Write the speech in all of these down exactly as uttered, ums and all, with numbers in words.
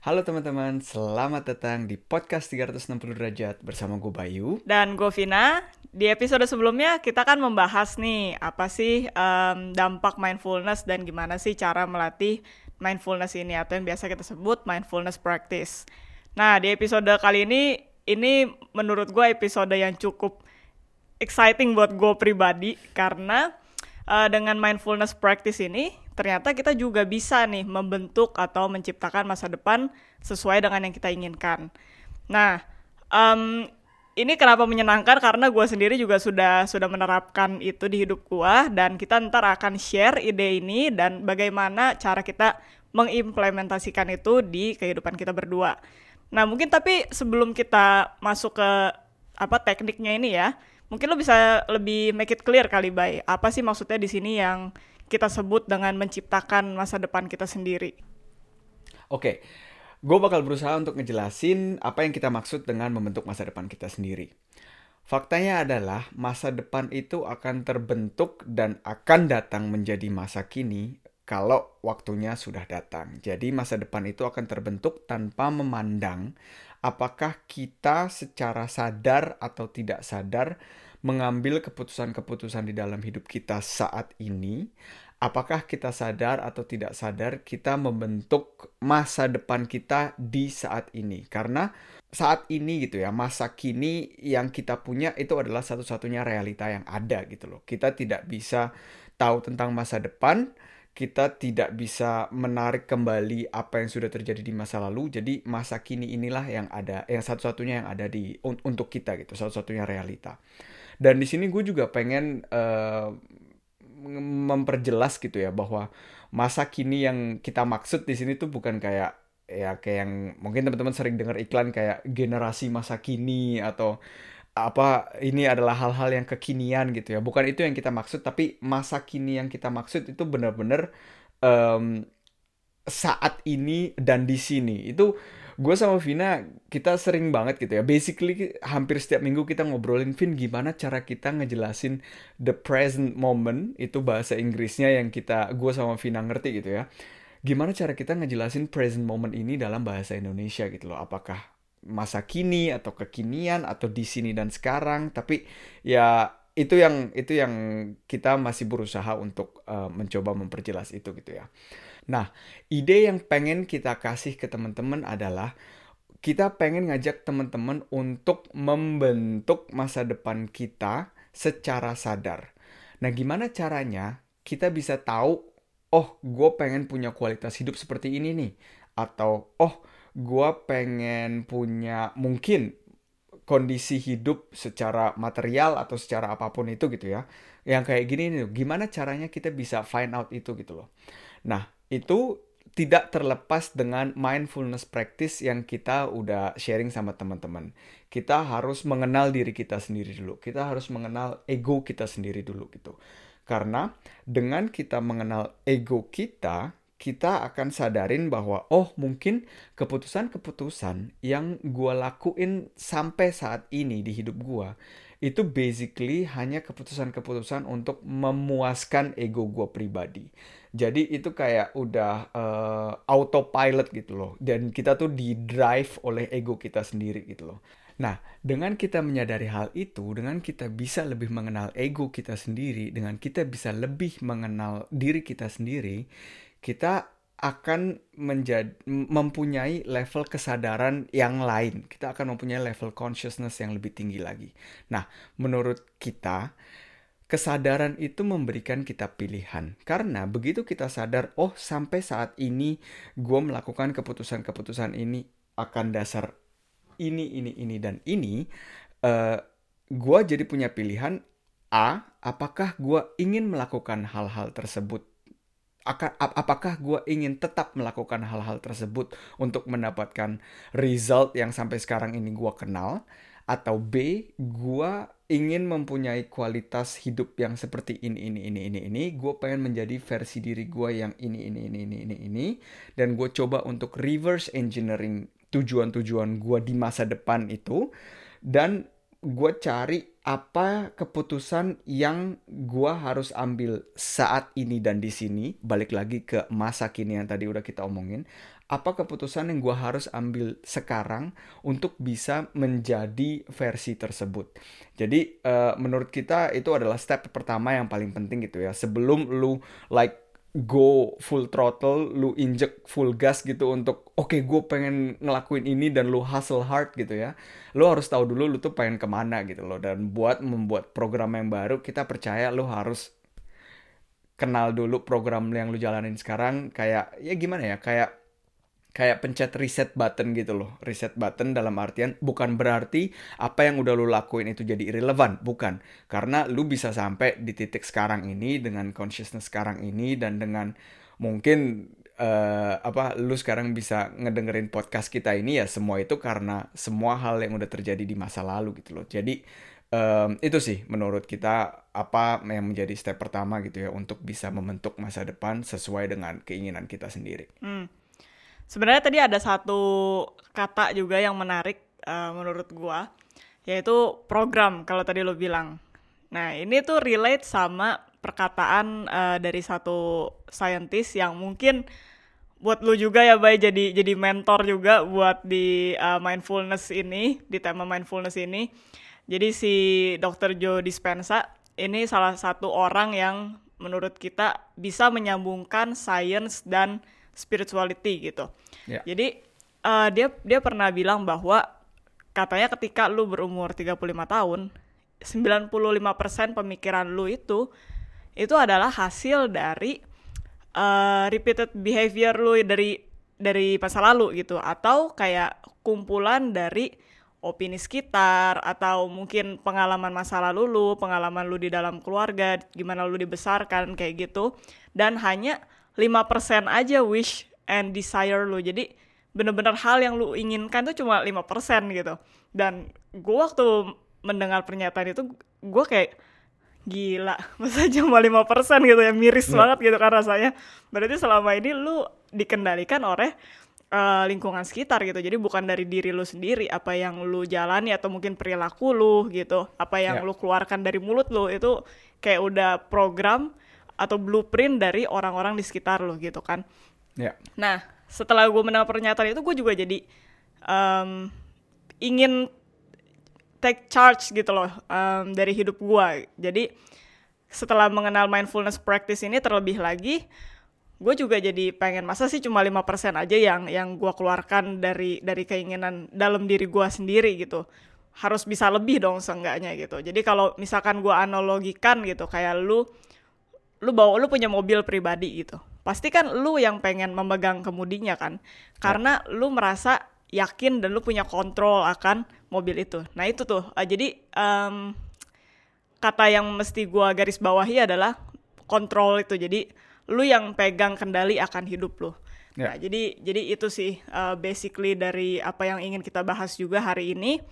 Halo teman-teman, selamat datang di podcast tiga ratus enam puluh derajat bersama gue Bayu. Dan gue Vina. Di episode sebelumnya kita kan membahas nih apa sih em, dampak mindfulness dan gimana sih cara melatih mindfulness ini atau yang biasa kita sebut mindfulness practice. Nah, di episode kali ini ini menurut gue episode yang cukup exciting buat gue pribadi karena uh, dengan mindfulness practice ini ternyata kita juga bisa nih membentuk atau menciptakan masa depan sesuai dengan yang kita inginkan. Nah, um, ini kenapa menyenangkan karena gue sendiri juga sudah sudah menerapkan itu di hidup gue dan kita ntar akan share ide ini dan bagaimana cara kita mengimplementasikan itu di kehidupan kita berdua. Nah, mungkin tapi sebelum kita masuk ke apa tekniknya ini ya, mungkin lo bisa lebih make it clear kali, Bay. Apa sih maksudnya di sini yang kita sebut dengan menciptakan masa depan kita sendiri? Oke, gue bakal berusaha untuk ngejelasin apa yang kita maksud dengan membentuk masa depan kita sendiri. Faktanya adalah masa depan itu akan terbentuk dan akan datang menjadi masa kini kalau waktunya sudah datang. Jadi masa depan itu akan terbentuk tanpa memandang apakah kita secara sadar atau tidak sadar mengambil keputusan-keputusan di dalam hidup kita saat ini. Apakah kita sadar atau tidak sadar kita membentuk masa depan kita di saat ini. Karena saat ini gitu ya, masa kini yang kita punya itu adalah satu-satunya realita yang ada gitu loh. Kita tidak bisa tahu tentang masa depan, kita tidak bisa menarik kembali apa yang sudah terjadi di masa lalu. Jadi masa kini inilah yang ada, yang satu-satunya yang ada di un- untuk kita gitu, satu-satunya realita. Dan di sini gue juga pengen eh, memperjelas gitu ya bahwa masa kini yang kita maksud di sini tuh bukan kayak ya kayak yang mungkin teman-teman sering dengar iklan kayak generasi masa kini atau apa ini adalah hal-hal yang kekinian gitu ya. Bukan itu yang kita maksud, tapi masa kini yang kita maksud itu benar-benar em, saat ini dan di sini. Itu gue sama Vina kita sering banget gitu ya. Basically hampir setiap minggu kita ngobrolin, Vin, gimana cara kita ngejelasin the present moment, itu bahasa Inggrisnya yang kita gue sama Vina ngerti gitu ya. Gimana cara kita ngejelasin present moment ini dalam bahasa Indonesia gitu loh. Apakah masa kini atau kekinian atau di sini dan sekarang, tapi ya itu yang itu yang kita masih berusaha untuk uh, mencoba memperjelas itu gitu ya. Nah, ide yang pengen kita kasih ke teman-teman adalah kita pengen ngajak teman-teman untuk membentuk masa depan kita secara sadar. Nah, gimana caranya kita bisa tahu, oh, gue pengen punya kualitas hidup seperti ini nih. Atau, oh, gue pengen punya mungkin kondisi hidup secara material atau secara apapun itu gitu ya. Yang kayak gini nih, gimana caranya kita bisa find out itu gitu loh. Nah, itu tidak terlepas dengan mindfulness practice yang kita udah sharing sama teman-teman. Kita harus mengenal diri kita sendiri dulu. Kita harus mengenal ego kita sendiri dulu gitu. Karena dengan kita mengenal ego kita, kita akan sadarin bahwa oh mungkin keputusan-keputusan yang gue lakuin sampai saat ini di hidup gue itu basically hanya keputusan-keputusan untuk memuaskan ego gue pribadi. Jadi itu kayak udah uh, autopilot gitu loh. Dan kita tuh di drive oleh ego kita sendiri gitu loh. Nah, dengan kita menyadari hal itu, dengan kita bisa lebih mengenal ego kita sendiri, dengan kita bisa lebih mengenal diri kita sendiri, kita akan menjadi mempunyai level kesadaran yang lain. Kita akan mempunyai level consciousness yang lebih tinggi lagi. Nah, menurut kita, kesadaran itu memberikan kita pilihan. Karena begitu kita sadar, oh sampai saat ini gue melakukan keputusan-keputusan ini akan dasar ini, ini, ini, dan ini, uh, gue jadi punya pilihan A, apakah gue ingin melakukan hal-hal tersebut Aka- ap- apakah gue ingin tetap melakukan hal-hal tersebut untuk mendapatkan result yang sampai sekarang ini gue kenal, atau B, gue ingin mempunyai kualitas hidup yang seperti ini ini ini ini ini gue pengen menjadi versi diri gue yang ini ini ini ini ini ini dan gue coba untuk reverse engineering tujuan-tujuan gue di masa depan itu, dan gue cari apa keputusan yang gue harus ambil saat ini dan di sini. Balik lagi ke masa kini yang tadi udah kita omongin. apa keputusan yang gue harus ambil sekarang untuk bisa menjadi versi tersebut. Jadi uh, menurut kita itu adalah step pertama yang paling penting gitu ya. Sebelum lu like go full throttle, lu injek full gas gitu untuk oke okay, gue pengen ngelakuin ini dan lu hustle hard gitu ya. Lu harus tahu dulu lu tuh pengen kemana gitu loh. Dan buat membuat program yang baru, kita percaya lu harus kenal dulu program yang lu jalanin sekarang. Kayak ya gimana ya, kayak kayak pencet reset button gitu loh. Reset button dalam artian bukan berarti apa yang udah lu lakuin itu jadi irrelevant, bukan. Karena lu bisa sampai di titik sekarang ini dengan consciousness sekarang ini dan dengan mungkin uh, apa lu sekarang bisa ngedengerin podcast kita ini ya semua itu karena semua hal yang udah terjadi di masa lalu gitu loh. Jadi um, itu sih menurut kita apa yang menjadi step pertama gitu ya untuk bisa membentuk masa depan sesuai dengan keinginan kita sendiri. Hmm. Sebenarnya tadi ada satu kata juga yang menarik uh, menurut gua, yaitu program kalau tadi lo bilang. Nah ini tuh relate sama perkataan uh, dari satu scientist yang mungkin buat lu juga ya Bay, jadi jadi mentor juga buat di uh, mindfulness ini, di tema mindfulness ini. Jadi si dokter Joe Dispenza ini salah satu orang yang menurut kita bisa menyambungkan science dan spirituality gitu. Yeah. Jadi uh, dia dia pernah bilang bahwa katanya ketika lu berumur tiga puluh lima tahun, sembilan puluh lima persen pemikiran lu itu itu adalah hasil dari uh, repeated behavior lu dari dari masa lalu gitu, atau kayak kumpulan dari opini sekitar atau mungkin pengalaman masa lalu lu, pengalaman lu di dalam keluarga, gimana lu dibesarkan kayak gitu, dan hanya lima persen aja wish and desire lu. Jadi bener-bener hal yang lu inginkan tuh cuma lima persen gitu. Dan gue waktu mendengar pernyataan itu, gue kayak gila, masa cuma lima persen gitu ya, miris yeah. banget gitu kan rasanya. Berarti selama ini lu dikendalikan oleh uh, lingkungan sekitar gitu. Jadi bukan dari diri lu sendiri, apa yang lu jalani atau mungkin perilaku lu gitu, apa yang yeah. lu keluarkan dari mulut lu itu kayak udah program atau blueprint dari orang-orang di sekitar lo gitu kan. Yeah. Nah, setelah gue mendengar pernyataan itu, gue juga jadi um, ingin take charge gitu loh um, dari hidup gue. Jadi setelah mengenal mindfulness practice ini terlebih lagi, gue juga jadi pengen, masa sih cuma lima persen aja yang yang gue keluarkan dari dari keinginan dalam diri gue sendiri gitu. Harus bisa lebih dong seenggaknya gitu. Jadi kalau misalkan gue analogikan gitu, kayak lu lu bawa lu punya mobil pribadi gitu. Pasti kan lu yang pengen memegang kemudinya kan. Karena ya. Lu merasa yakin dan lu punya kontrol akan mobil itu. Nah, itu tuh. Uh, jadi um, kata yang mesti gua garis bawahi adalah kontrol itu. Jadi lu yang pegang kendali akan hidup lu. Ya. Nah, jadi jadi itu sih uh, basically dari apa yang ingin kita bahas juga hari ini.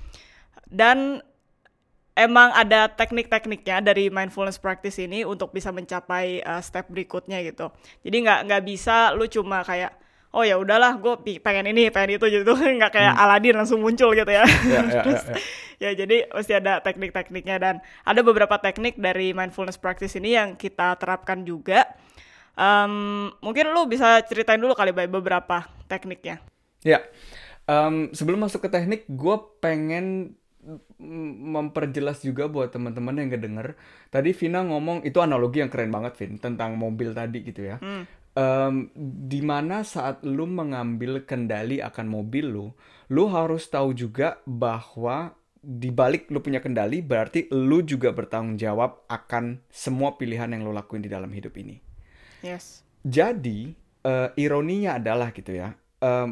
Dan emang ada teknik-tekniknya dari mindfulness practice ini untuk bisa mencapai uh, step berikutnya gitu. Jadi nggak nggak bisa lu cuma kayak oh ya udahlah gue pengen ini pengen itu gitu, nggak kayak hmm. Aladin langsung muncul gitu ya. Ya, ya, Terus, ya, ya. ya jadi mesti ada teknik-tekniknya, dan ada beberapa teknik dari mindfulness practice ini yang kita terapkan juga. Um, mungkin lu bisa ceritain dulu kali Bay beberapa tekniknya. Ya, um, sebelum masuk ke teknik, gue pengen memperjelas juga buat teman-teman yang ngedenger. Tadi Vina ngomong, itu analogi yang keren banget Vin, tentang mobil tadi gitu ya. Hmm. Um, dimana saat lu mengambil kendali akan mobil lu, lu harus tahu juga bahwa dibalik lu punya kendali, berarti lu juga bertanggung jawab akan semua pilihan yang lu lakuin di dalam hidup ini. Yes. Jadi uh, ironinya adalah gitu ya. Um,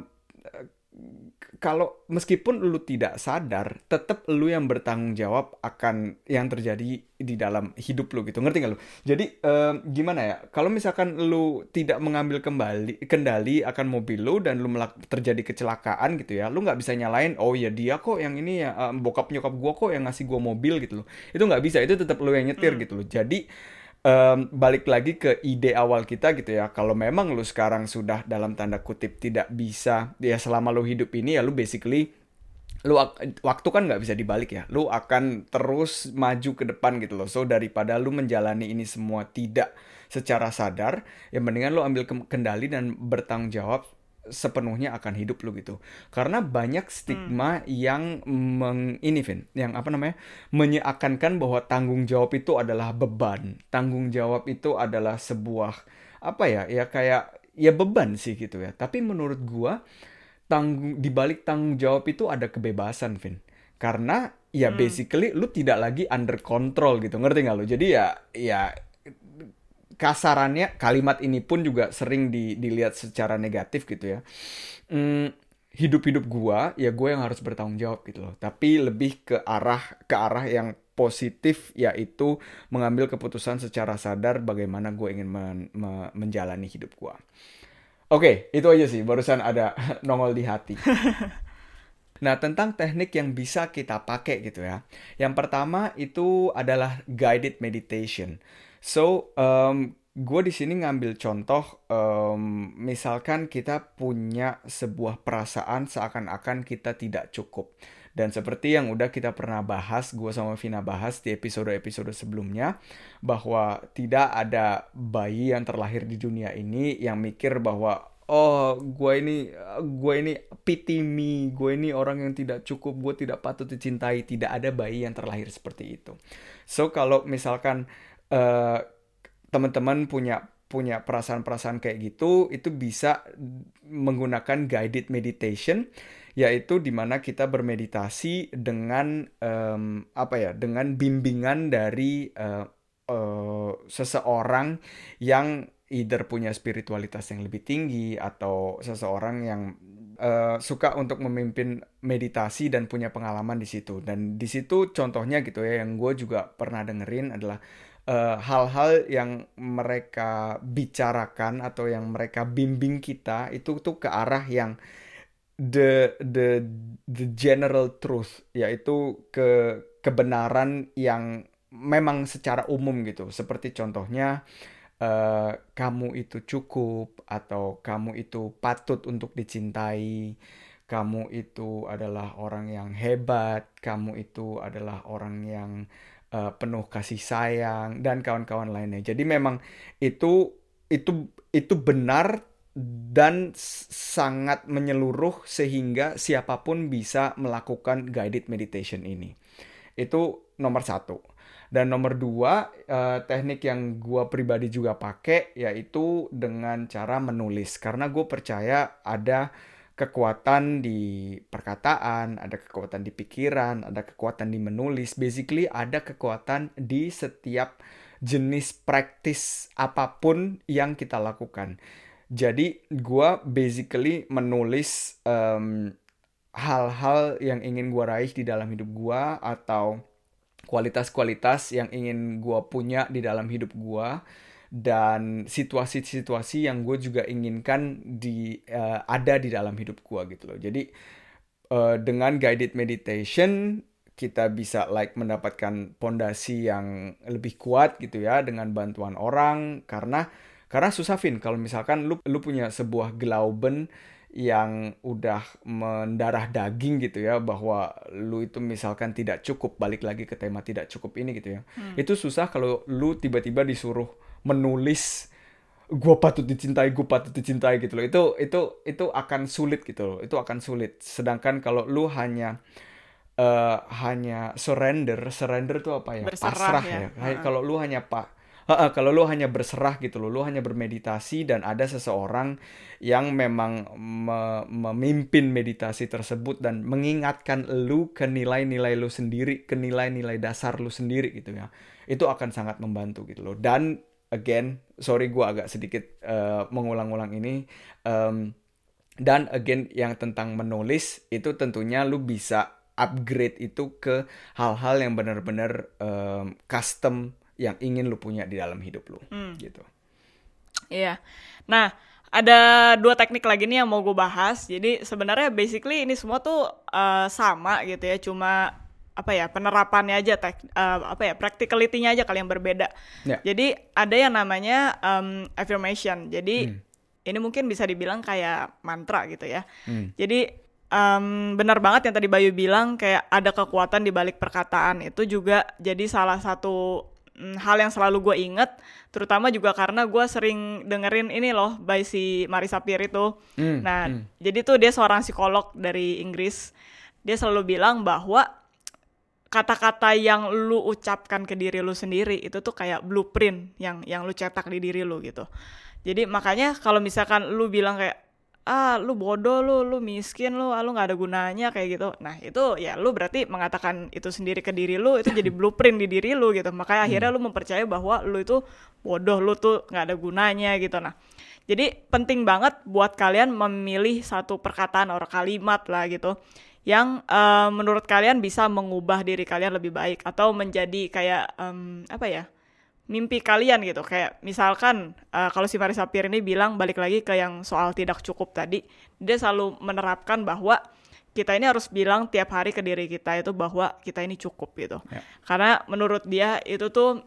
Kalau meskipun lu tidak sadar, tetap lu yang bertanggung jawab akan yang terjadi di dalam hidup lu gitu. Ngerti gak lu? Jadi eh, gimana ya? Kalau misalkan lu tidak mengambil kembali kendali akan mobil lu dan lu melak- terjadi kecelakaan gitu ya, lu nggak bisa nyalain, oh ya dia kok yang ini ya, uh, bokap nyokap gua kok yang ngasih gua mobil gitu loh. Itu nggak bisa. Itu tetap lu yang nyetir hmm. gitu loh. Jadi Um, balik lagi ke ide awal kita gitu ya. Kalau memang lu sekarang sudah dalam tanda kutip tidak bisa, ya selama lu hidup ini ya lu basically lu waktu kan nggak bisa dibalik ya. Lu akan terus maju ke depan gitu loh. So daripada lu menjalani ini semua tidak secara sadar, ya mendingan lu ambil kendali dan bertanggung jawab sepenuhnya akan hidup lu gitu. Karena banyak stigma Hmm. yang meng ini Vin, yang apa namanya? Menyeakan-kan bahwa tanggung jawab itu adalah beban. Tanggung jawab itu adalah sebuah apa ya? Ya kayak ya beban sih gitu ya. Tapi menurut gua tanggung di balik tanggung jawab itu ada kebebasan, Vin. Karena ya Hmm. basically lu tidak lagi under control gitu. Ngerti nggak lu? Jadi ya ya kasarannya kalimat ini pun juga sering di- dilihat secara negatif gitu ya. Hmm, hidup-hidup gua ya gue yang harus bertanggung jawab gitu loh. Tapi lebih ke arah ke arah yang positif, yaitu mengambil keputusan secara sadar bagaimana gue ingin men- me- menjalani hidup gua. Oke, itu aja sih. Barusan ada nongol di hati. Nah, tentang teknik yang bisa kita pakai gitu ya. Yang pertama itu adalah guided meditation. So, um, gue di sini ngambil contoh, um, misalkan kita punya sebuah perasaan seakan-akan kita tidak cukup. Dan seperti yang udah kita pernah bahas, gue sama Vina bahas di episode-episode sebelumnya, bahwa tidak ada bayi yang terlahir di dunia ini yang mikir bahwa oh, gue ini, gue ini pity me, gue ini orang yang tidak cukup, gue tidak patut dicintai. Tidak ada bayi yang terlahir seperti itu. So, kalau misalkan eh, teman-teman punya punya perasaan-perasaan kayak gitu, itu bisa menggunakan guided meditation, yaitu dimana kita bermeditasi dengan em, apa ya, dengan bimbingan dari eh, eh, seseorang yang either punya spiritualitas yang lebih tinggi atau seseorang yang eh, suka untuk memimpin meditasi dan punya pengalaman di situ. Dan di situ contohnya gitu ya, yang gue juga pernah dengerin adalah eh, hal-hal yang mereka bicarakan atau yang mereka bimbing kita itu tuh ke arah yang the the the general truth, yaitu ke kebenaran yang memang secara umum gitu. Seperti contohnya eh, kamu itu cukup, atau kamu itu patut untuk dicintai, kamu itu adalah orang yang hebat, kamu itu adalah orang yang eh, penuh kasih sayang dan kawan-kawan lainnya. Jadi memang itu itu itu benar dan s- sangat menyeluruh sehingga siapapun bisa melakukan guided meditation ini. Itu nomor satu. Dan nomor dua, eh, teknik yang gua pribadi juga pakai yaitu dengan cara menulis. Karena gue percaya ada kekuatan di perkataan, ada kekuatan di pikiran, ada kekuatan di menulis. Basically ada kekuatan di setiap jenis praktis apapun yang kita lakukan. Jadi gua basically menulis em, hal-hal yang ingin gua raih di dalam hidup gua, atau kualitas-kualitas yang ingin gue punya di dalam hidup gue, dan situasi-situasi yang gue juga inginkan di eh, ada di dalam hidup gue gitu loh. Jadi eh, dengan guided meditation kita bisa like mendapatkan pondasi yang lebih kuat gitu ya dengan bantuan orang. karena karena susah Vin kalau misalkan lu lu punya sebuah glauben yang udah mendarah daging gitu ya, bahwa lu itu misalkan tidak cukup, balik lagi ke tema tidak cukup ini gitu ya. Hmm. Itu susah kalau lu tiba-tiba disuruh menulis gue patut dicintai, gue patut dicintai gitu loh. Itu itu itu akan sulit gitu loh. Itu akan sulit. Sedangkan kalau lu hanya eh, hanya surrender, surrender tuh apa ya? Berserah Pasrah ya. ya. Kayak Heeh. kalau lu hanya pak Heeh, kalau lu hanya berserah gitu loh, lu hanya bermeditasi dan ada seseorang yang memang me- memimpin meditasi tersebut dan mengingatkan lu ke nilai-nilai lu sendiri, ke nilai-nilai dasar lu sendiri gitu ya. Itu akan sangat membantu gitu loh. Dan again, sorry gue agak sedikit eh, mengulang-ulang ini. Em, dan again, yang tentang menulis itu tentunya lu bisa upgrade itu ke hal-hal yang benar-benar em, custom yang ingin lu punya di dalam hidup lu Hmm. gitu. Iya. Nah, ada dua teknik lagi nih yang mau gue bahas. Jadi sebenarnya basically ini semua tuh eh, sama gitu ya, cuma apa ya, penerapannya aja, tek, eh, apa ya, practicality-nya aja kali yang berbeda. Ya. Jadi ada yang namanya em, affirmation. Jadi Hmm. ini mungkin bisa dibilang kayak mantra gitu ya. Hmm. Jadi em, benar banget yang tadi Bayu bilang, kayak ada kekuatan di balik perkataan. Itu juga jadi salah satu mm, hal yang selalu gue inget, terutama juga karena gue sering dengerin ini loh by si Marisa Peer itu. Hmm, Nah, hmm. jadi tuh dia seorang psikolog dari Inggris. Dia selalu bilang bahwa kata-kata yang lu ucapkan ke diri lu sendiri itu tuh kayak blueprint yang yang lu cetak di diri lu gitu. Jadi makanya kalau misalkan lu bilang kayak ah lu bodoh lu, lu miskin lu, ah, lu nggak ada gunanya kayak gitu. Nah itu ya lu berarti mengatakan itu sendiri ke diri lu, itu jadi blueprint di diri lu gitu. Makanya akhirnya lu mempercayai bahwa lu itu bodoh, lu tuh nggak ada gunanya gitu. Nah jadi penting banget buat kalian memilih satu perkataan atau kalimat lah gitu yang uh, menurut kalian bisa mengubah diri kalian lebih baik atau menjadi kayak um, apa ya, mimpi kalian gitu. Kayak misalkan uh, kalau si Marisa Peer ini bilang balik lagi ke yang soal tidak cukup tadi, dia selalu menerapkan bahwa kita ini harus bilang tiap hari ke diri kita itu bahwa kita ini cukup gitu. Ya. Karena menurut dia itu tuh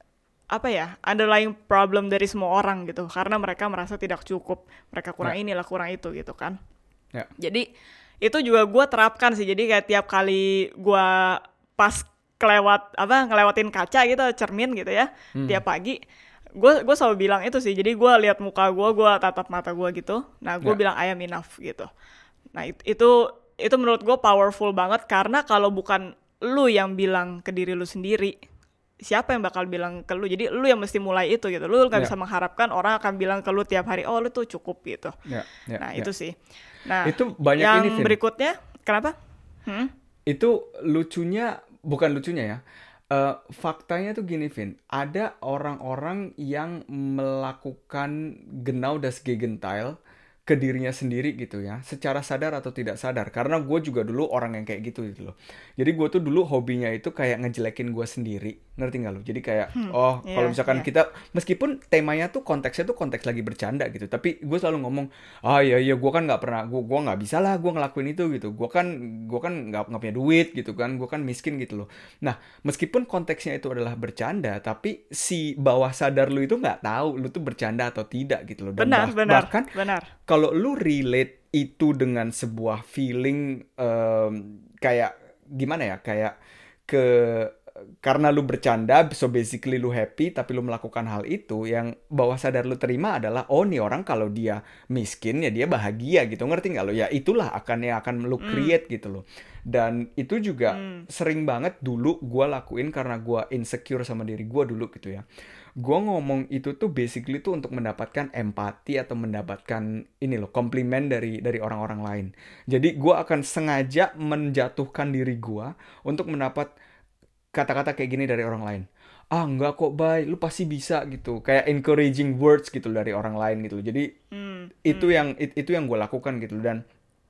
apa ya, underlying problem dari semua orang gitu. Karena mereka merasa tidak cukup, mereka kurang ya. inilah kurang itu gitu kan. Ya. Jadi itu juga gue terapkan sih. Jadi kayak tiap kali gue pas kelewat apa ngelewatin kaca gitu, cermin gitu ya, hmm. tiap pagi gue gue selalu bilang itu sih. Jadi gue lihat muka gue, gue tatap mata gue gitu. Nah gue yeah. bilang I am enough gitu. Nah it, itu itu menurut gue powerful banget, karena kalau bukan lu yang bilang ke diri lu sendiri, siapa yang bakal bilang ke lu? Jadi lu yang mesti mulai itu gitu. Lu nggak yeah. bisa mengharapkan orang akan bilang ke lu tiap hari, oh lu tuh cukup gitu. Yeah. Yeah. Nah yeah. itu sih. Nah, itu banyak yang ini, Vin. Berikutnya, kenapa? Hmm? Itu lucunya, bukan lucunya ya, uh, faktanya tuh gini, Vin. Ada orang-orang yang melakukan genau das Gegenteil ke dirinya sendiri gitu ya, secara sadar atau tidak sadar. Karena gue juga dulu orang yang kayak gitu gitu loh. Jadi gue tuh dulu hobinya itu kayak ngejelekin gue sendiri, ngerti nggak lo? Jadi kayak hmm, oh yeah, kalau misalkan yeah. kita, meskipun temanya tuh konteksnya tuh konteks lagi bercanda gitu, tapi gue selalu ngomong ah iya iya gue kan nggak pernah, gue gue nggak bisa lah gue ngelakuin itu gitu. Gue kan gue kan nggak nggak punya duit gitu kan, gue kan miskin gitu loh. Nah meskipun konteksnya itu adalah bercanda, tapi si bawah sadar lu itu nggak tahu lu tuh bercanda atau tidak gitu loh. Dan benar bah- benar bahkan benar. Kalau lu relate itu dengan sebuah feeling um, kayak gimana ya, kayak ke karena lu bercanda, so basically lu happy, tapi lu melakukan hal itu, yang bawah sadar lu terima adalah oh nih orang kalau dia miskin ya dia bahagia gitu, ngerti nggak lo? Ya itulah akan yang akan lu create mm. gitu loh. Dan itu juga mm. sering banget dulu gue lakuin karena gue insecure sama diri gue dulu gitu ya. Gue ngomong itu tuh basically tuh untuk mendapatkan empati atau mendapatkan ini loh, komplimen dari dari orang-orang lain. Jadi gue akan sengaja menjatuhkan diri gue untuk mendapat kata-kata kayak gini dari orang lain. Ah enggak kok Bay, lu pasti bisa gitu. Kayak encouraging words gitu dari orang lain gitu. Jadi hmm, itu hmm. yang it, itu yang gue lakukan gitu. Dan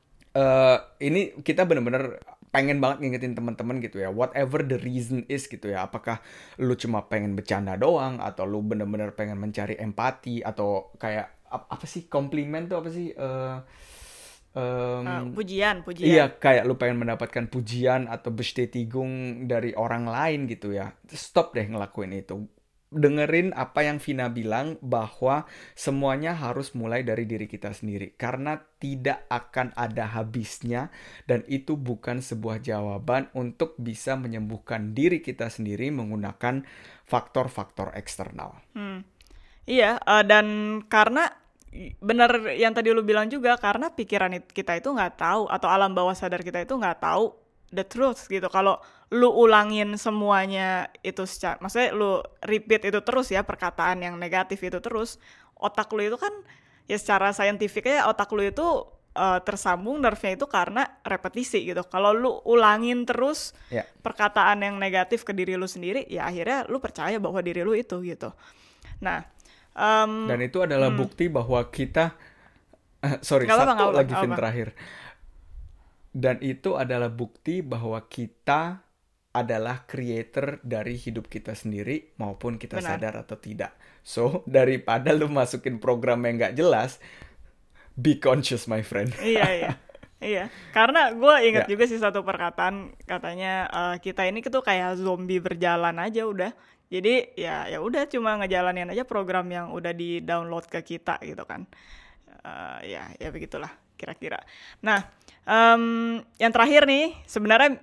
uh, ini kita benar-benar pengen banget ngingetin teman-teman gitu ya, whatever the reason is gitu ya, apakah lu cuma pengen bercanda doang atau lu bener-bener pengen mencari empati atau kayak apa, apa sih komplimen tuh apa sih uh, um, uh, pujian pujian iya kayak lu pengen mendapatkan pujian atau bestätigung dari orang lain gitu ya, stop deh ngelakuin itu. Dengerin apa yang Vina bilang bahwa semuanya harus mulai dari diri kita sendiri. Karena tidak akan ada habisnya dan itu bukan sebuah jawaban untuk bisa menyembuhkan diri kita sendiri menggunakan faktor-faktor eksternal. Hmm. Iya, uh, dan karena benar yang tadi lu bilang juga, karena pikiran kita itu nggak tahu atau alam bawah sadar kita itu nggak tahu the truth gitu. Kalau lu ulangin semuanya itu secara, maksudnya lu repeat itu terus ya, perkataan yang negatif itu terus, otak lu itu kan ya secara saintifiknya otak lu itu uh, tersambung nerve-nya itu karena repetisi gitu. Kalau lu ulangin terus yeah. perkataan yang negatif ke diri lu sendiri, ya akhirnya lu percaya bahwa diri lu itu gitu. Nah, um, dan itu adalah hmm. bukti bahwa kita uh, sorry gak satu apa, lagi fin terakhir. Dan itu adalah bukti bahwa kita adalah creator dari hidup kita sendiri maupun kita Benar. sadar atau tidak. So, daripada lu masukin program yang gak jelas, be conscious my friend. Iya, iya. Iya, karena gue ingat ya. juga sih satu perkataan, katanya uh, kita ini tuh kayak zombie berjalan aja udah. Jadi ya ya udah cuma ngejalanin aja program yang udah di-download ke kita gitu kan. Uh, ya ya begitulah kira-kira. Nah, um, yang terakhir nih sebenarnya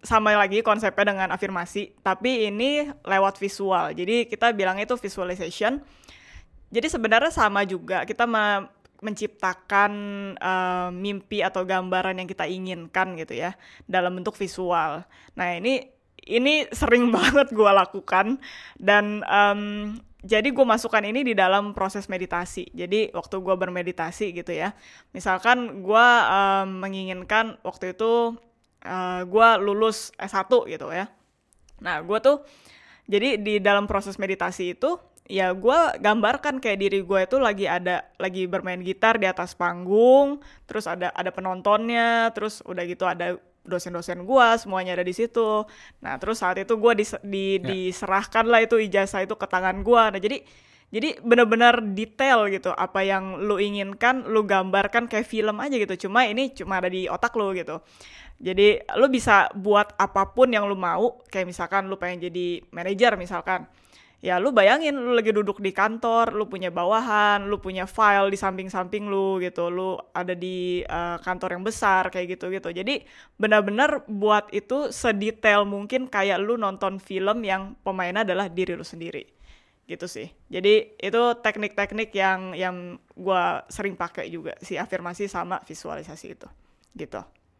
sama lagi konsepnya dengan afirmasi, tapi ini lewat visual. Jadi kita bilangnya itu visualization. Jadi sebenarnya sama juga, kita me- menciptakan uh, mimpi atau gambaran yang kita inginkan gitu ya, dalam bentuk visual. Nah ini ini sering banget gue lakukan, dan um, jadi gue masukkan ini di dalam proses meditasi. Jadi waktu gue bermeditasi gitu ya, misalkan gue um, menginginkan waktu itu uh, gue lulus S satu gitu ya. Nah gue tuh jadi di dalam proses meditasi itu ya gue gambarkan kayak diri gue itu lagi ada lagi bermain gitar di atas panggung, terus ada ada penontonnya, terus udah gitu ada dosen-dosen gue semuanya ada di situ. Nah terus saat itu gue dis, di, Ya. diserahkan lah itu ijazah itu ke tangan gue. Nah jadi jadi benar-benar detail gitu, apa yang lu inginkan lu gambarkan kayak film aja gitu, cuma ini cuma ada di otak lu gitu. Jadi lu bisa buat apapun yang lu mau, kayak misalkan lu pengen jadi manajer misalkan. Ya lu bayangin lu lagi duduk di kantor, lu punya bawahan, lu punya file di samping-samping lu gitu, lu ada di uh, kantor yang besar kayak gitu-gitu. Jadi benar-benar buat itu sedetail mungkin kayak lu nonton film yang pemainnya adalah diri lu sendiri. Gitu sih. Jadi itu teknik-teknik yang yang gua sering pakai juga, si afirmasi sama visualisasi itu. Gitu.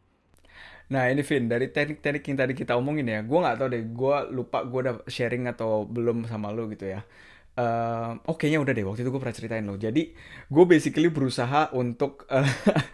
Nah ini Vin, dari teknik-teknik yang tadi kita omongin ya, gue nggak tahu deh, gue lupa gue udah sharing atau belum sama lo gitu ya. Eh, oh kayaknya udah deh, waktu itu gue pernah ceritain lo. Jadi gue basically berusaha untuk eh,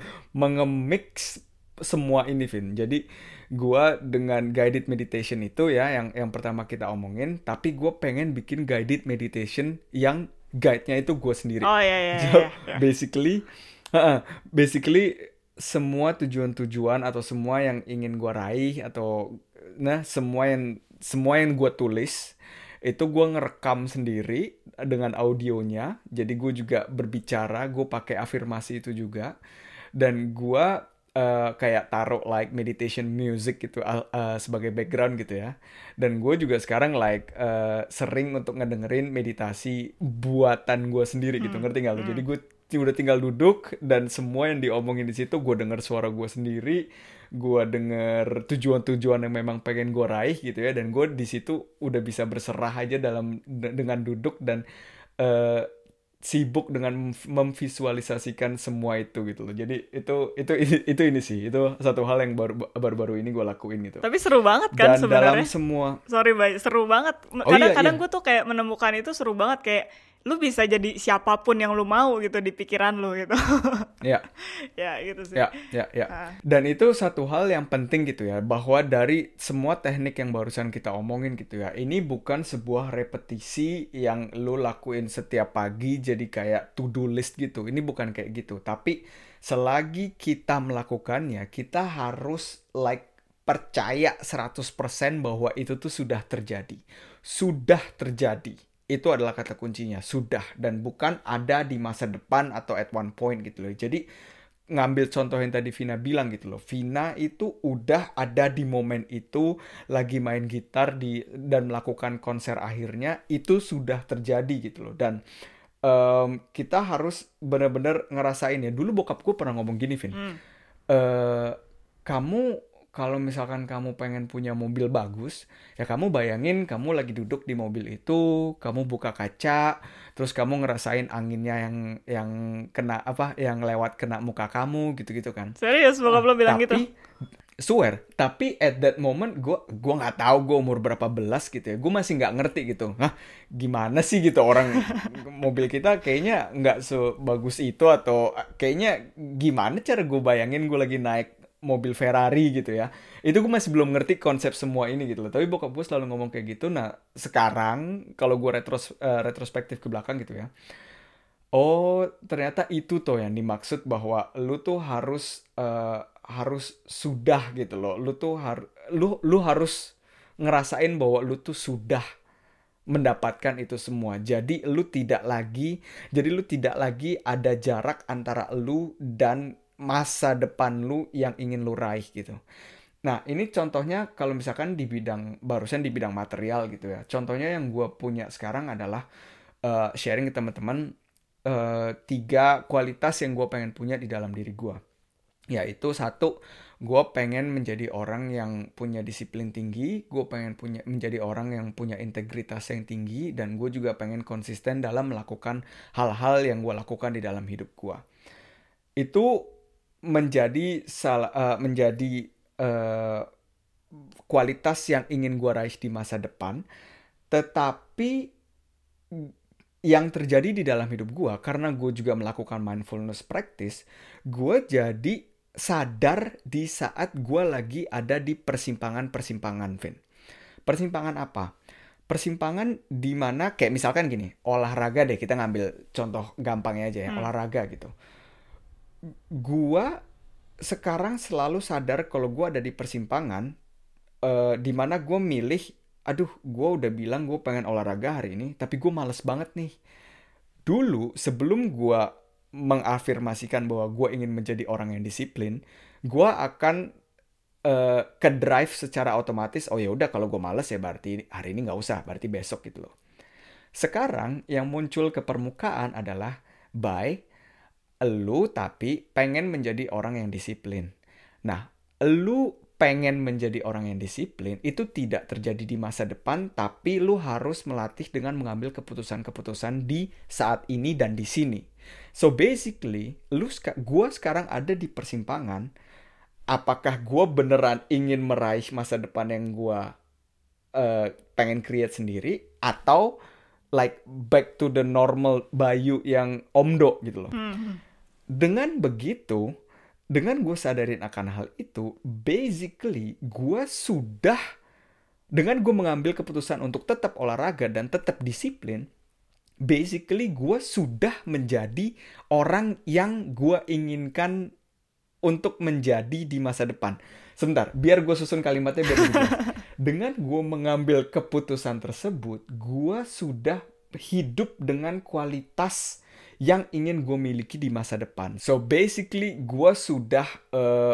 mengemix semua ini Vin. Jadi gue dengan guided meditation itu ya, yang yang pertama kita omongin, tapi gue pengen bikin guided meditation yang guide-nya itu gue sendiri. Oh iya iya So iya. iya. basically, uh, basically semua tujuan-tujuan atau semua yang ingin gue raih atau nah semua yang semua yang gue tulis itu gue ngerekam sendiri dengan audionya. Jadi gue juga berbicara, gue pakai afirmasi itu juga, dan gue uh, kayak taruh like meditation music gitu uh, uh, sebagai background gitu ya. Dan gue juga sekarang like uh, sering untuk ngedengerin meditasi buatan gue sendiri gitu, Hmm. ngerti gak lo? Jadi Hmm. gue udah tinggal duduk dan semua yang diomongin di situ gue denger suara gue sendiri, gue denger tujuan-tujuan yang memang pengen gue raih gitu ya, dan gue di situ udah bisa berserah aja dalam de- dengan duduk dan eh, sibuk dengan mem- memvisualisasikan semua itu gitu loh. Jadi itu itu itu, itu ini sih, itu satu hal yang baru baru-baru ini gue lakuin gitu. Tapi seru banget kan Dan dalam sebenarnya. semua Sorry, Bay, seru banget. oh iya Kadang-kadang iya gue tuh kayak menemukan itu seru banget, kayak lu bisa jadi siapapun yang lu mau gitu di pikiran lu gitu. ya Ya gitu sih. Ya, ya, ya. Ah. Dan itu satu hal yang penting gitu ya, bahwa dari semua teknik yang barusan kita omongin gitu ya, ini bukan sebuah repetisi yang lu lakuin setiap pagi jadi kayak to-do list gitu. Ini bukan kayak gitu. Tapi selagi kita melakukannya, kita harus like percaya seratus persen bahwa itu tuh sudah terjadi. Sudah terjadi. Itu adalah kata kuncinya, sudah, dan bukan ada di masa depan atau at one point gitu loh. Jadi ngambil contoh yang tadi Vina bilang gitu loh. Vina itu udah ada di momen itu, lagi main gitar di dan melakukan konser akhirnya, itu sudah terjadi gitu loh. Dan em, kita harus benar-benar ngerasain ya. Dulu bokap gue pernah ngomong gini, Vin. Hmm. Eh, kamu kalau misalkan kamu pengen punya mobil bagus, ya kamu bayangin kamu lagi duduk di mobil itu, kamu buka kaca, terus kamu ngerasain anginnya yang yang kena apa, yang lewat kena muka kamu gitu-gitu kan. Serius bokap Ah, lo bilang gitu? tapi swear, tapi at that moment gue gua nggak tahu gue umur berapa belas gitu ya, gue masih nggak ngerti gitu. Hah, gimana sih gitu orang mobil kita kayaknya nggak sebagus itu, atau kayaknya gimana cara gue bayangin gue lagi naik mobil Ferrari gitu ya. Itu gue masih belum ngerti konsep semua ini gitu loh. Tapi bokap gue selalu ngomong kayak gitu. Nah sekarang kalau gue retros, eh, retrospektif ke belakang gitu ya, oh ternyata itu tuh yang dimaksud bahwa lu tuh harus eh, harus sudah gitu loh. Lu tuh harus lu lu harus ngerasain bahwa lu tuh sudah mendapatkan itu semua. Jadi lu tidak lagi, jadi lu tidak lagi ada jarak antara lu dan masa depan lu yang ingin lu raih gitu. Nah, ini contohnya kalau misalkan di bidang, barusan di bidang material gitu ya. Contohnya yang gue punya sekarang adalah eh, sharing ke teman-teman eh, tiga kualitas yang gue pengen punya di dalam diri gue. Yaitu satu, Gue pengen menjadi orang yang punya disiplin tinggi, gue pengen punya menjadi orang yang punya integritas yang tinggi, dan gue juga pengen konsisten dalam melakukan hal-hal yang gue lakukan di dalam hidup gue. Itu menjadi salah uh, menjadi uh, kualitas yang ingin gue raih di masa depan. Tetapi yang terjadi di dalam hidup gue, karena gue juga melakukan mindfulness practice, gue jadi sadar di saat gue lagi ada di persimpangan-persimpangan, Vin. Persimpangan apa? Persimpangan di mana kayak misalkan gini, olahraga deh, kita ngambil contoh gampangnya aja ya, hmm. olahraga gitu. Gue sekarang selalu sadar kalau gue ada di persimpangan, uh, di mana gue milih, aduh gue udah bilang gue pengen olahraga hari ini, tapi gue males banget nih. Dulu sebelum gue mengafirmasikan bahwa gue ingin menjadi orang yang disiplin, gue akan uh, ke drive secara otomatis. Oh ya udah, kalau gue malas ya berarti hari ini nggak usah, berarti besok gitu loh. Sekarang yang muncul ke permukaan adalah by lu tapi pengen menjadi orang yang disiplin. Nah, lu pengen menjadi orang yang disiplin itu tidak terjadi di masa depan, tapi lu harus melatih dengan mengambil keputusan-keputusan di saat ini dan di sini. So basically, lu gua sekarang ada di persimpangan. Apakah gua beneran ingin meraih masa depan yang gua uh, pengen create sendiri, atau like back to the normal Bayu yang omdo gitu loh. Mm-hmm. Dengan begitu, dengan gue sadarin akan hal itu, basically gue sudah, dengan gue mengambil keputusan untuk tetap olahraga dan tetap disiplin, basically gue sudah menjadi orang yang gue inginkan untuk menjadi di masa depan. Sebentar, biar gue susun kalimatnya biar lebih jelas. Dengan gue mengambil keputusan tersebut, gue sudah hidup dengan kualitas yang ingin gue miliki di masa depan. So basically gue sudah uh,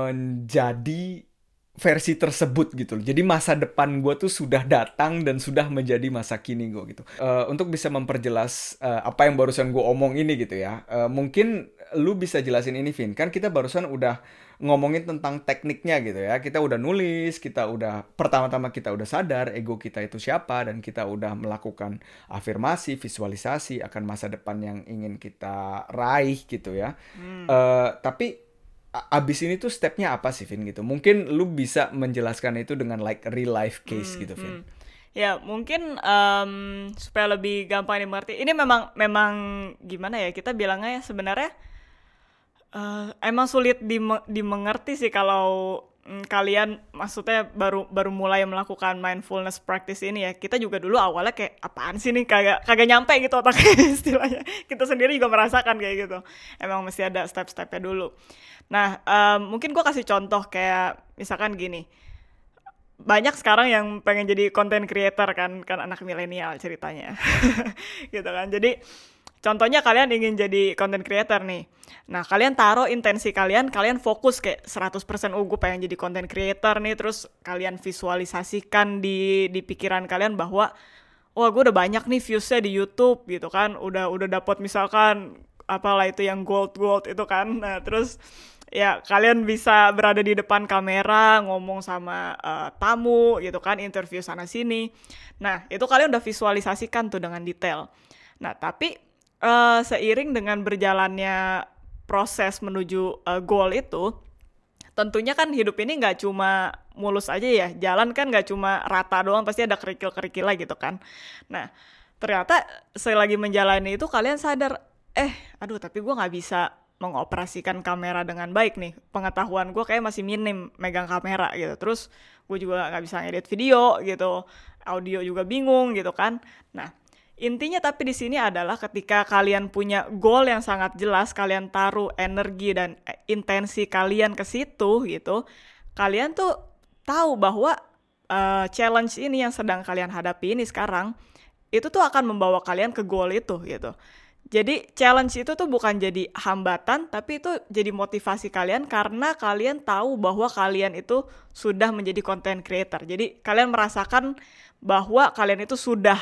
menjadi versi tersebut gitu. Jadi masa depan gue tuh sudah datang dan sudah menjadi masa kini gue gitu. Uh, untuk bisa memperjelas uh, apa yang barusan gue omong ini gitu ya. Uh, mungkin lu bisa jelasin ini, Vin. Kan kita barusan udah ngomongin tentang tekniknya gitu ya. Kita udah nulis, kita udah pertama-tama kita udah sadar ego kita itu siapa, dan kita udah melakukan afirmasi, visualisasi akan masa depan yang ingin kita raih gitu ya. Hmm. Uh, tapi abis ini tuh stepnya apa sih, Vin gitu? Mungkin lu bisa menjelaskan itu dengan like real life case hmm, gitu, Vin. Hmm. Ya mungkin um, supaya lebih gampang dimengerti. Ini memang memang gimana ya, kita bilangnya sebenarnya Uh, emang sulit dime- dimengerti sih kalau mm, kalian maksudnya baru baru mulai melakukan mindfulness practice ini ya. Kita juga dulu awalnya kayak apaan sih nih, kagak kagak nyampe gitu otaknya istilahnya. Kita sendiri juga merasakan kayak gitu. Emang mesti ada step-stepnya dulu. Nah, um, mungkin gue kasih contoh kayak misalkan gini. Banyak sekarang yang pengen jadi content creator kan, kan anak milenial ceritanya. Gitu kan. Jadi contohnya kalian ingin jadi content creator nih. Nah, kalian taruh intensi kalian, kalian fokus kayak seratus persen oh gue pengen jadi content creator nih, terus kalian visualisasikan di di pikiran kalian bahwa wah gue udah banyak nih viewsnya di YouTube gitu kan, udah udah dapat misalkan apalah itu yang gold-gold itu kan. Nah, terus ya kalian bisa berada di depan kamera ngomong sama uh, tamu gitu kan, interview sana sini. Nah, itu kalian udah visualisasikan tuh dengan detail. Nah, tapi uh, seiring dengan berjalannya proses menuju uh, goal itu, tentunya kan hidup ini nggak cuma mulus aja ya, jalan kan nggak cuma rata doang, pasti ada kerikil-kerikilnya gitu kan. Nah, ternyata selagi menjalani itu kalian sadar, eh aduh tapi gue nggak bisa mengoperasikan kamera dengan baik nih, pengetahuan gue kayak masih minim megang kamera gitu, terus gue juga nggak bisa ngedit video gitu, audio juga bingung gitu kan. Nah, intinya tapi di sini adalah ketika kalian punya goal yang sangat jelas, kalian taruh energi dan intensi kalian ke situ gitu, kalian tuh tahu bahwa uh, challenge ini yang sedang kalian hadapi ini sekarang, itu tuh akan membawa kalian ke goal itu gitu. Jadi challenge itu tuh bukan jadi hambatan, tapi itu jadi motivasi kalian karena kalian tahu bahwa kalian itu sudah menjadi content creator. Jadi kalian merasakan bahwa kalian itu sudah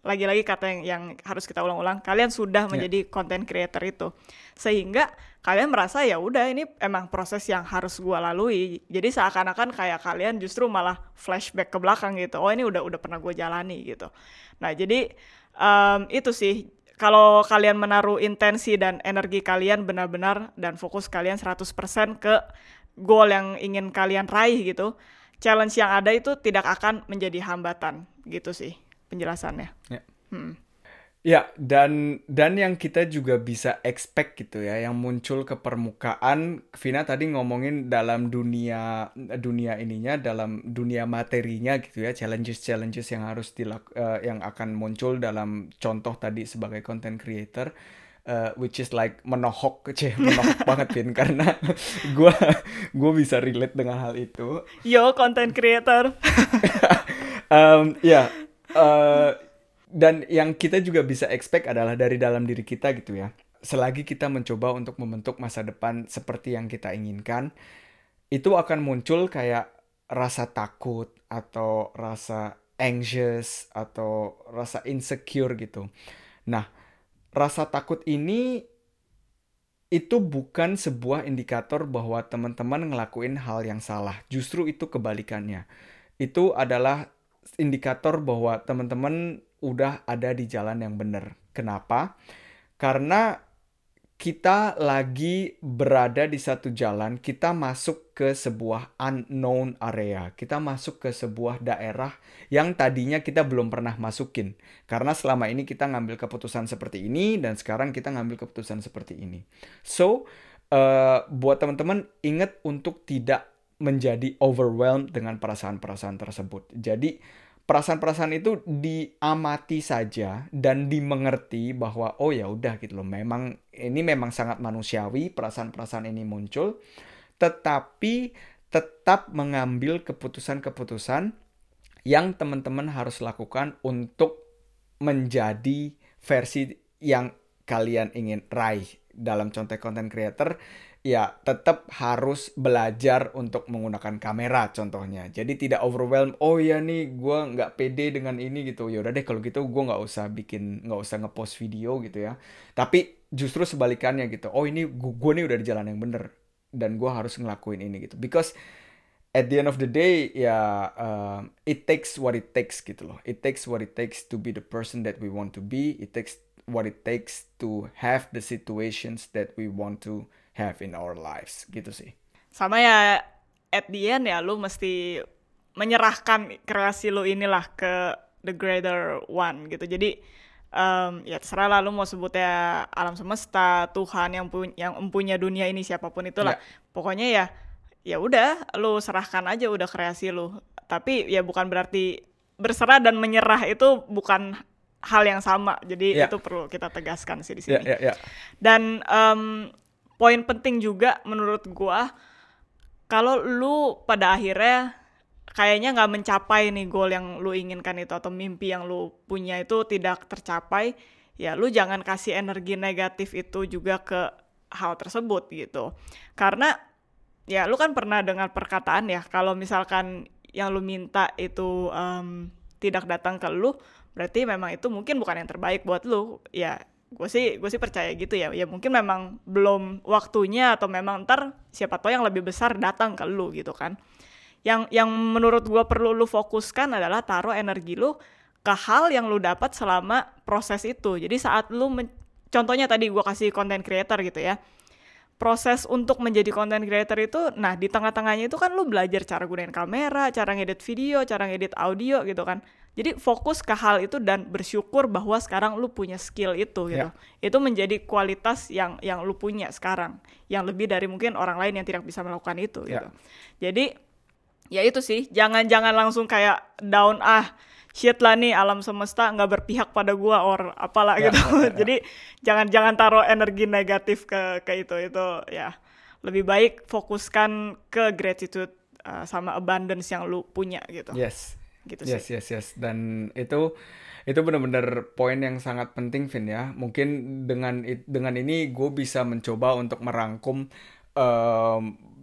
lagi-lagi kata yang, yang harus kita ulang-ulang, kalian sudah menjadi yeah. content creator itu, sehingga kalian merasa ya udah ini emang proses yang harus gua lalui. Jadi seakan-akan kayak kalian justru malah flashback ke belakang gitu. Oh ini udah udah pernah gua jalani gitu. Nah jadi um, itu sih, kalau kalian menaruh intensi dan energi kalian benar-benar dan fokus kalian seratus persen ke goal yang ingin kalian raih gitu, challenge yang ada itu tidak akan menjadi hambatan gitu sih penjelasannya. Ya. Hmm. Ya, dan dan yang kita juga bisa expect gitu ya, yang muncul ke permukaan. Vina tadi ngomongin dalam dunia dunia ininya, dalam dunia materinya gitu ya, challenges-challenges yang harus dilak uh, yang akan muncul dalam contoh tadi sebagai content creator, uh, which is like menohok, ceh menohok banget Vin, karena gue gue bisa relate dengan hal itu. Yo, content creator. um, ya. Yeah, uh, Dan yang kita juga bisa expect adalah dari dalam diri kita gitu ya. Selagi kita mencoba untuk membentuk masa depan seperti yang kita inginkan, itu akan muncul kayak rasa takut atau rasa anxious atau rasa insecure gitu. Nah, rasa takut ini itu bukan sebuah indikator bahwa teman-teman ngelakuin hal yang salah. Justru itu kebalikannya. Itu adalah indikator bahwa teman-teman udah ada di jalan yang benar. Kenapa? Karena kita lagi berada di satu jalan, kita masuk ke sebuah unknown area. Kita masuk ke sebuah daerah yang tadinya kita belum pernah masukin. Karena selama ini kita ngambil keputusan seperti ini, dan sekarang kita ngambil keputusan seperti ini. So, uh, buat teman-teman, ingat untuk tidak menjadi overwhelmed dengan perasaan-perasaan tersebut. Jadi, perasaan-perasaan itu diamati saja dan dimengerti bahwa oh ya udah gitu loh, memang ini memang sangat manusiawi perasaan-perasaan ini muncul, tetapi tetap mengambil keputusan-keputusan yang teman-teman harus lakukan untuk menjadi versi yang kalian ingin raih. Dalam contoh content creator, ya tetap harus belajar untuk menggunakan kamera contohnya. Jadi tidak overwhelm, oh ya nih gue nggak pede dengan ini gitu. Ya udah deh kalau gitu gue nggak usah bikin, nggak usah ngepost video gitu ya. Tapi justru sebalikannya gitu. Oh ini gue nih udah di jalan yang bener dan gue harus ngelakuin ini gitu. Because at the end of the day ya uh, it takes what it takes gitu loh. It takes what it takes to be the person that we want to be. It takes what it takes to have the situations that we want to have in our lives, gitu sih. Sama ya, at the end ya lu mesti menyerahkan kreasi lu inilah ke the greater one gitu. Jadi um, ya terserah lah lu mau sebutnya alam semesta, Tuhan yang punya yang empunya dunia ini, siapapun itulah. Yeah. Pokoknya ya ya udah lu serahkan aja udah kreasi lu. Tapi ya bukan berarti berserah dan menyerah itu bukan hal yang sama. Jadi yeah. itu perlu kita tegaskan sih di sini. Yeah, yeah, yeah. Dan um, poin penting juga menurut gua, kalau lu pada akhirnya kayaknya nggak mencapai nih goal yang lu inginkan itu, atau mimpi yang lu punya itu tidak tercapai, ya lu jangan kasih energi negatif itu juga ke hal tersebut gitu. Karena ya lu kan pernah dengar perkataan ya, kalau misalkan yang lu minta itu um, tidak datang ke lu, berarti memang itu mungkin bukan yang terbaik buat lu. Ya gue sih gue sih percaya gitu ya. Ya mungkin memang belum waktunya, atau memang ntar siapa tahu yang lebih besar datang ke lu gitu kan. Yang yang menurut gue perlu lu fokuskan adalah taruh energi lu ke hal yang lu dapat selama proses itu. Jadi saat lu men- contohnya tadi gue kasih content creator gitu ya. Proses untuk menjadi content creator itu, nah di tengah-tengahnya itu kan lu belajar cara gunain kamera, cara ngedit video, cara ngedit audio gitu kan. Jadi fokus ke hal itu dan bersyukur bahwa sekarang lu punya skill itu gitu. Yeah. Itu menjadi kualitas yang yang lu punya sekarang, yang lebih dari mungkin orang lain yang tidak bisa melakukan itu yeah. gitu. Jadi ya itu sih, jangan-jangan langsung kayak down, ah shit lah nih alam semesta nggak berpihak pada gua or apalah yeah, gitu. Yeah, yeah. Jadi jangan-jangan taruh energi negatif ke ke itu itu ya. Lebih baik fokuskan ke gratitude uh, sama abundance yang lu punya gitu. Yes. Gitu yes, sih. yes, yes. Dan itu itu benar-benar poin yang sangat penting, Vin ya. Mungkin dengan dengan ini gue bisa mencoba untuk merangkum um,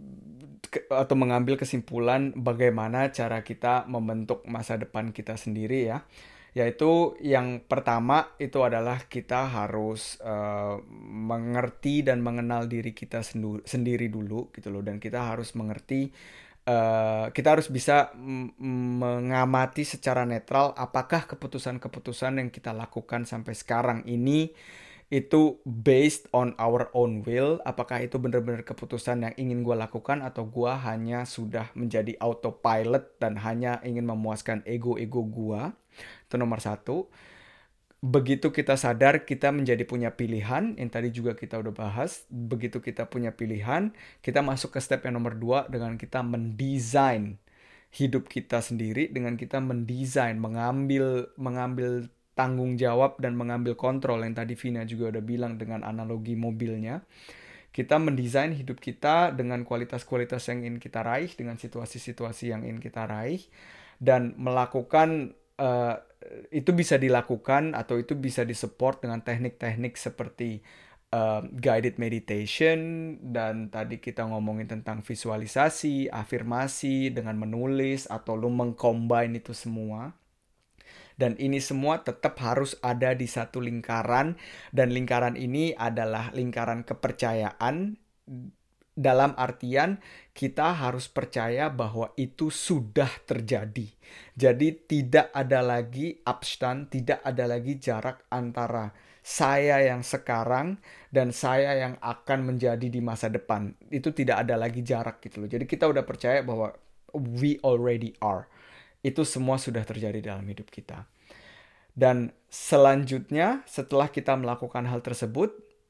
ke, atau mengambil kesimpulan bagaimana cara kita membentuk masa depan kita sendiri ya. Yaitu yang pertama itu adalah kita harus uh, mengerti dan mengenal diri kita sendu- sendiri dulu gitu loh, dan kita harus mengerti, uh, kita harus bisa m- mengamati secara netral apakah keputusan-keputusan yang kita lakukan sampai sekarang ini itu based on our own will, apakah itu benar-benar keputusan yang ingin gue lakukan atau gue hanya sudah menjadi autopilot dan hanya ingin memuaskan ego-ego gue. Itu nomor satu. Begitu kita sadar kita menjadi punya pilihan, yang tadi juga kita udah bahas, begitu kita punya pilihan, kita masuk ke step yang nomor dua dengan kita mendesain hidup kita sendiri, dengan kita mendesain, mengambil mengambil tanggung jawab dan mengambil kontrol, yang tadi Vina juga udah bilang dengan analogi mobilnya. Kita mendesain hidup kita dengan kualitas-kualitas yang ingin kita raih, dengan situasi-situasi yang ingin kita raih, dan melakukan uh, itu bisa dilakukan atau itu bisa disupport dengan teknik-teknik seperti uh, guided meditation, dan tadi kita ngomongin tentang visualisasi, afirmasi, dengan menulis atau lu mengcombine itu semua. Dan ini semua tetap harus ada di satu lingkaran, dan lingkaran ini adalah lingkaran kepercayaan, dalam artian kita harus percaya bahwa itu sudah terjadi. Jadi tidak ada lagi Abstand, tidak ada lagi jarak antara saya yang sekarang dan saya yang akan menjadi di masa depan. Itu tidak ada lagi jarak gitu loh. Jadi kita udah percaya bahwa we already are. Itu semua sudah terjadi dalam hidup kita. Dan selanjutnya setelah kita melakukan hal tersebut,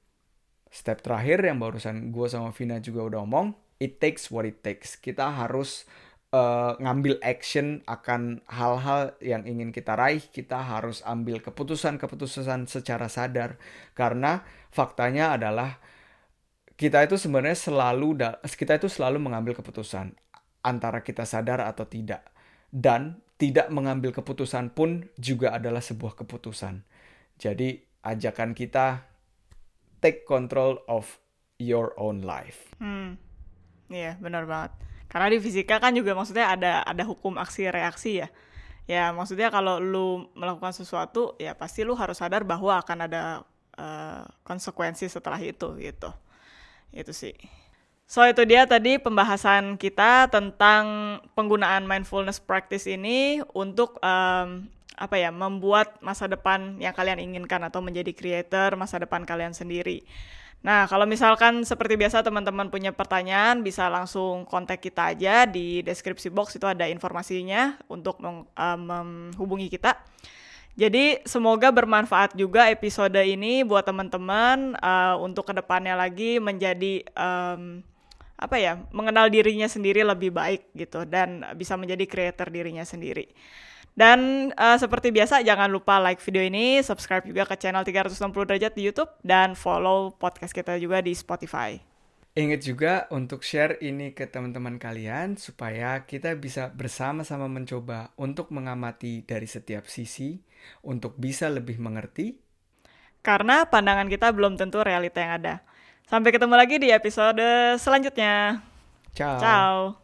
step terakhir yang barusan gue sama Vina juga udah omong, it takes what it takes. Kita harus uh, ngambil action akan hal-hal yang ingin kita raih. Kita harus ambil keputusan-keputusan secara sadar. Karena faktanya adalah kita itu sebenarnya selalu kita itu selalu mengambil keputusan antara kita sadar atau tidak. Dan tidak mengambil keputusan pun juga adalah sebuah keputusan. Jadi ajakan kita, take control of your own life. Hmm, iya benar banget. Karena di fisika kan juga maksudnya ada ada hukum aksi reaksi ya. Ya maksudnya kalau lu melakukan sesuatu ya pasti lu harus sadar bahwa akan ada uh, konsekuensi setelah itu gitu. Itu sih. So itu dia tadi pembahasan kita tentang penggunaan mindfulness practice ini untuk um, apa ya, membuat masa depan yang kalian inginkan atau menjadi creator masa depan kalian sendiri. Nah, kalau misalkan seperti biasa teman-teman punya pertanyaan, bisa langsung kontak kita aja di deskripsi box, itu ada informasinya untuk meng, um, menghubungi kita. Jadi semoga bermanfaat juga episode ini buat teman-teman uh, untuk kedepannya lagi menjadi um, apa ya, mengenal dirinya sendiri lebih baik gitu, dan bisa menjadi creator dirinya sendiri. Dan uh, seperti biasa jangan lupa like video ini, subscribe juga ke channel tiga ratus enam puluh derajat di YouTube, dan follow podcast kita juga di Spotify. Ingat juga untuk share ini ke teman-teman kalian supaya kita bisa bersama-sama mencoba untuk mengamati dari setiap sisi untuk bisa lebih mengerti. Karena pandangan kita belum tentu realita yang ada. Sampai ketemu lagi di episode selanjutnya. Ciao. Ciao.